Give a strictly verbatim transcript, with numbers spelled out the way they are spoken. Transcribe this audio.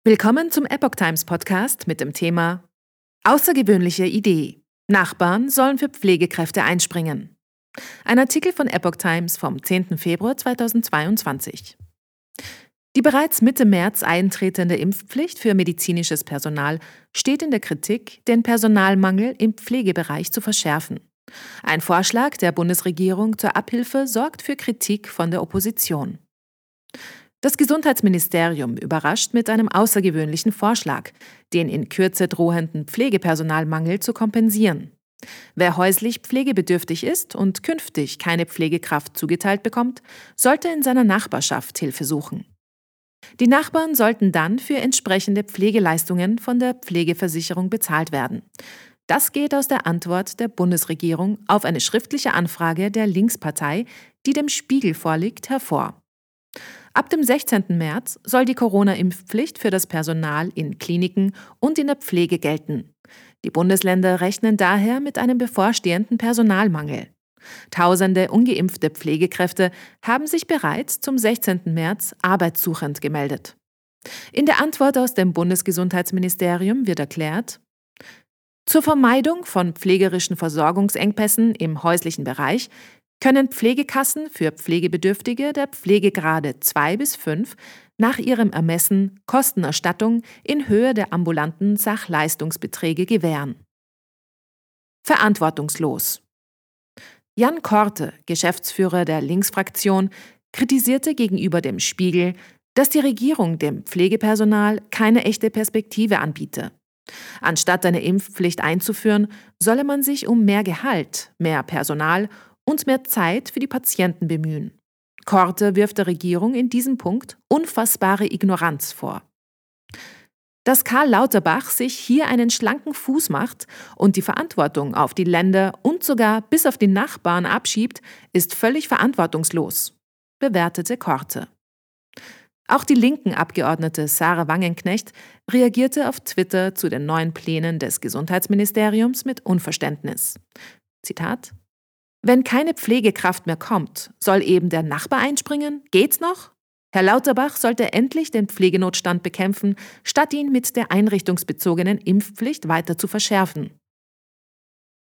Willkommen zum Epoch Times Podcast mit dem Thema Außergewöhnliche Idee. Nachbarn sollen für Pflegekräfte einspringen. Ein Artikel von Epoch Times vom zehnten Februar zweitausendzweiundzwanzig. Die bereits Mitte März eintretende Impfpflicht für medizinisches Personal steht in der Kritik, den Personalmangel im Pflegebereich zu verschärfen. Ein Vorschlag der Bundesregierung zur Abhilfe sorgt für Kritik von der Opposition. Das Gesundheitsministerium überrascht mit einem außergewöhnlichen Vorschlag, den in Kürze drohenden Pflegepersonalmangel zu kompensieren. Wer häuslich pflegebedürftig ist und künftig keine Pflegekraft zugeteilt bekommt, sollte in seiner Nachbarschaft Hilfe suchen. Die Nachbarn sollten dann für entsprechende Pflegeleistungen von der Pflegeversicherung bezahlt werden. Das geht aus der Antwort der Bundesregierung auf eine schriftliche Anfrage der Linkspartei, die dem Spiegel vorliegt, hervor. Ab dem sechzehnten März soll die Corona-Impfpflicht für das Personal in Kliniken und in der Pflege gelten. Die Bundesländer rechnen daher mit einem bevorstehenden Personalmangel. Tausende ungeimpfte Pflegekräfte haben sich bereits zum sechzehnten März arbeitssuchend gemeldet. In der Antwort aus dem Bundesgesundheitsministerium wird erklärt: Zur Vermeidung von pflegerischen Versorgungsengpässen im häuslichen Bereich können Pflegekassen für Pflegebedürftige der Pflegegrade zwei bis fünf nach ihrem Ermessen Kostenerstattung in Höhe der ambulanten Sachleistungsbeträge gewähren. Verantwortungslos. Jan Korte, Geschäftsführer der Linksfraktion, kritisierte gegenüber dem Spiegel, dass die Regierung dem Pflegepersonal keine echte Perspektive anbiete. Anstatt eine Impfpflicht einzuführen, solle man sich um mehr Gehalt, mehr Personal und mehr Zeit für die Patienten bemühen. Korte wirft der Regierung in diesem Punkt unfassbare Ignoranz vor. Dass Karl Lauterbach sich hier einen schlanken Fuß macht und die Verantwortung auf die Länder und sogar bis auf die Nachbarn abschiebt, ist völlig verantwortungslos, bewertete Korte. Auch die linken Abgeordnete Sarah Wagenknecht reagierte auf Twitter zu den neuen Plänen des Gesundheitsministeriums mit Unverständnis. Zitat: Wenn keine Pflegekraft mehr kommt, soll eben der Nachbar einspringen? Geht's noch? Herr Lauterbach sollte endlich den Pflegenotstand bekämpfen, statt ihn mit der einrichtungsbezogenen Impfpflicht weiter zu verschärfen.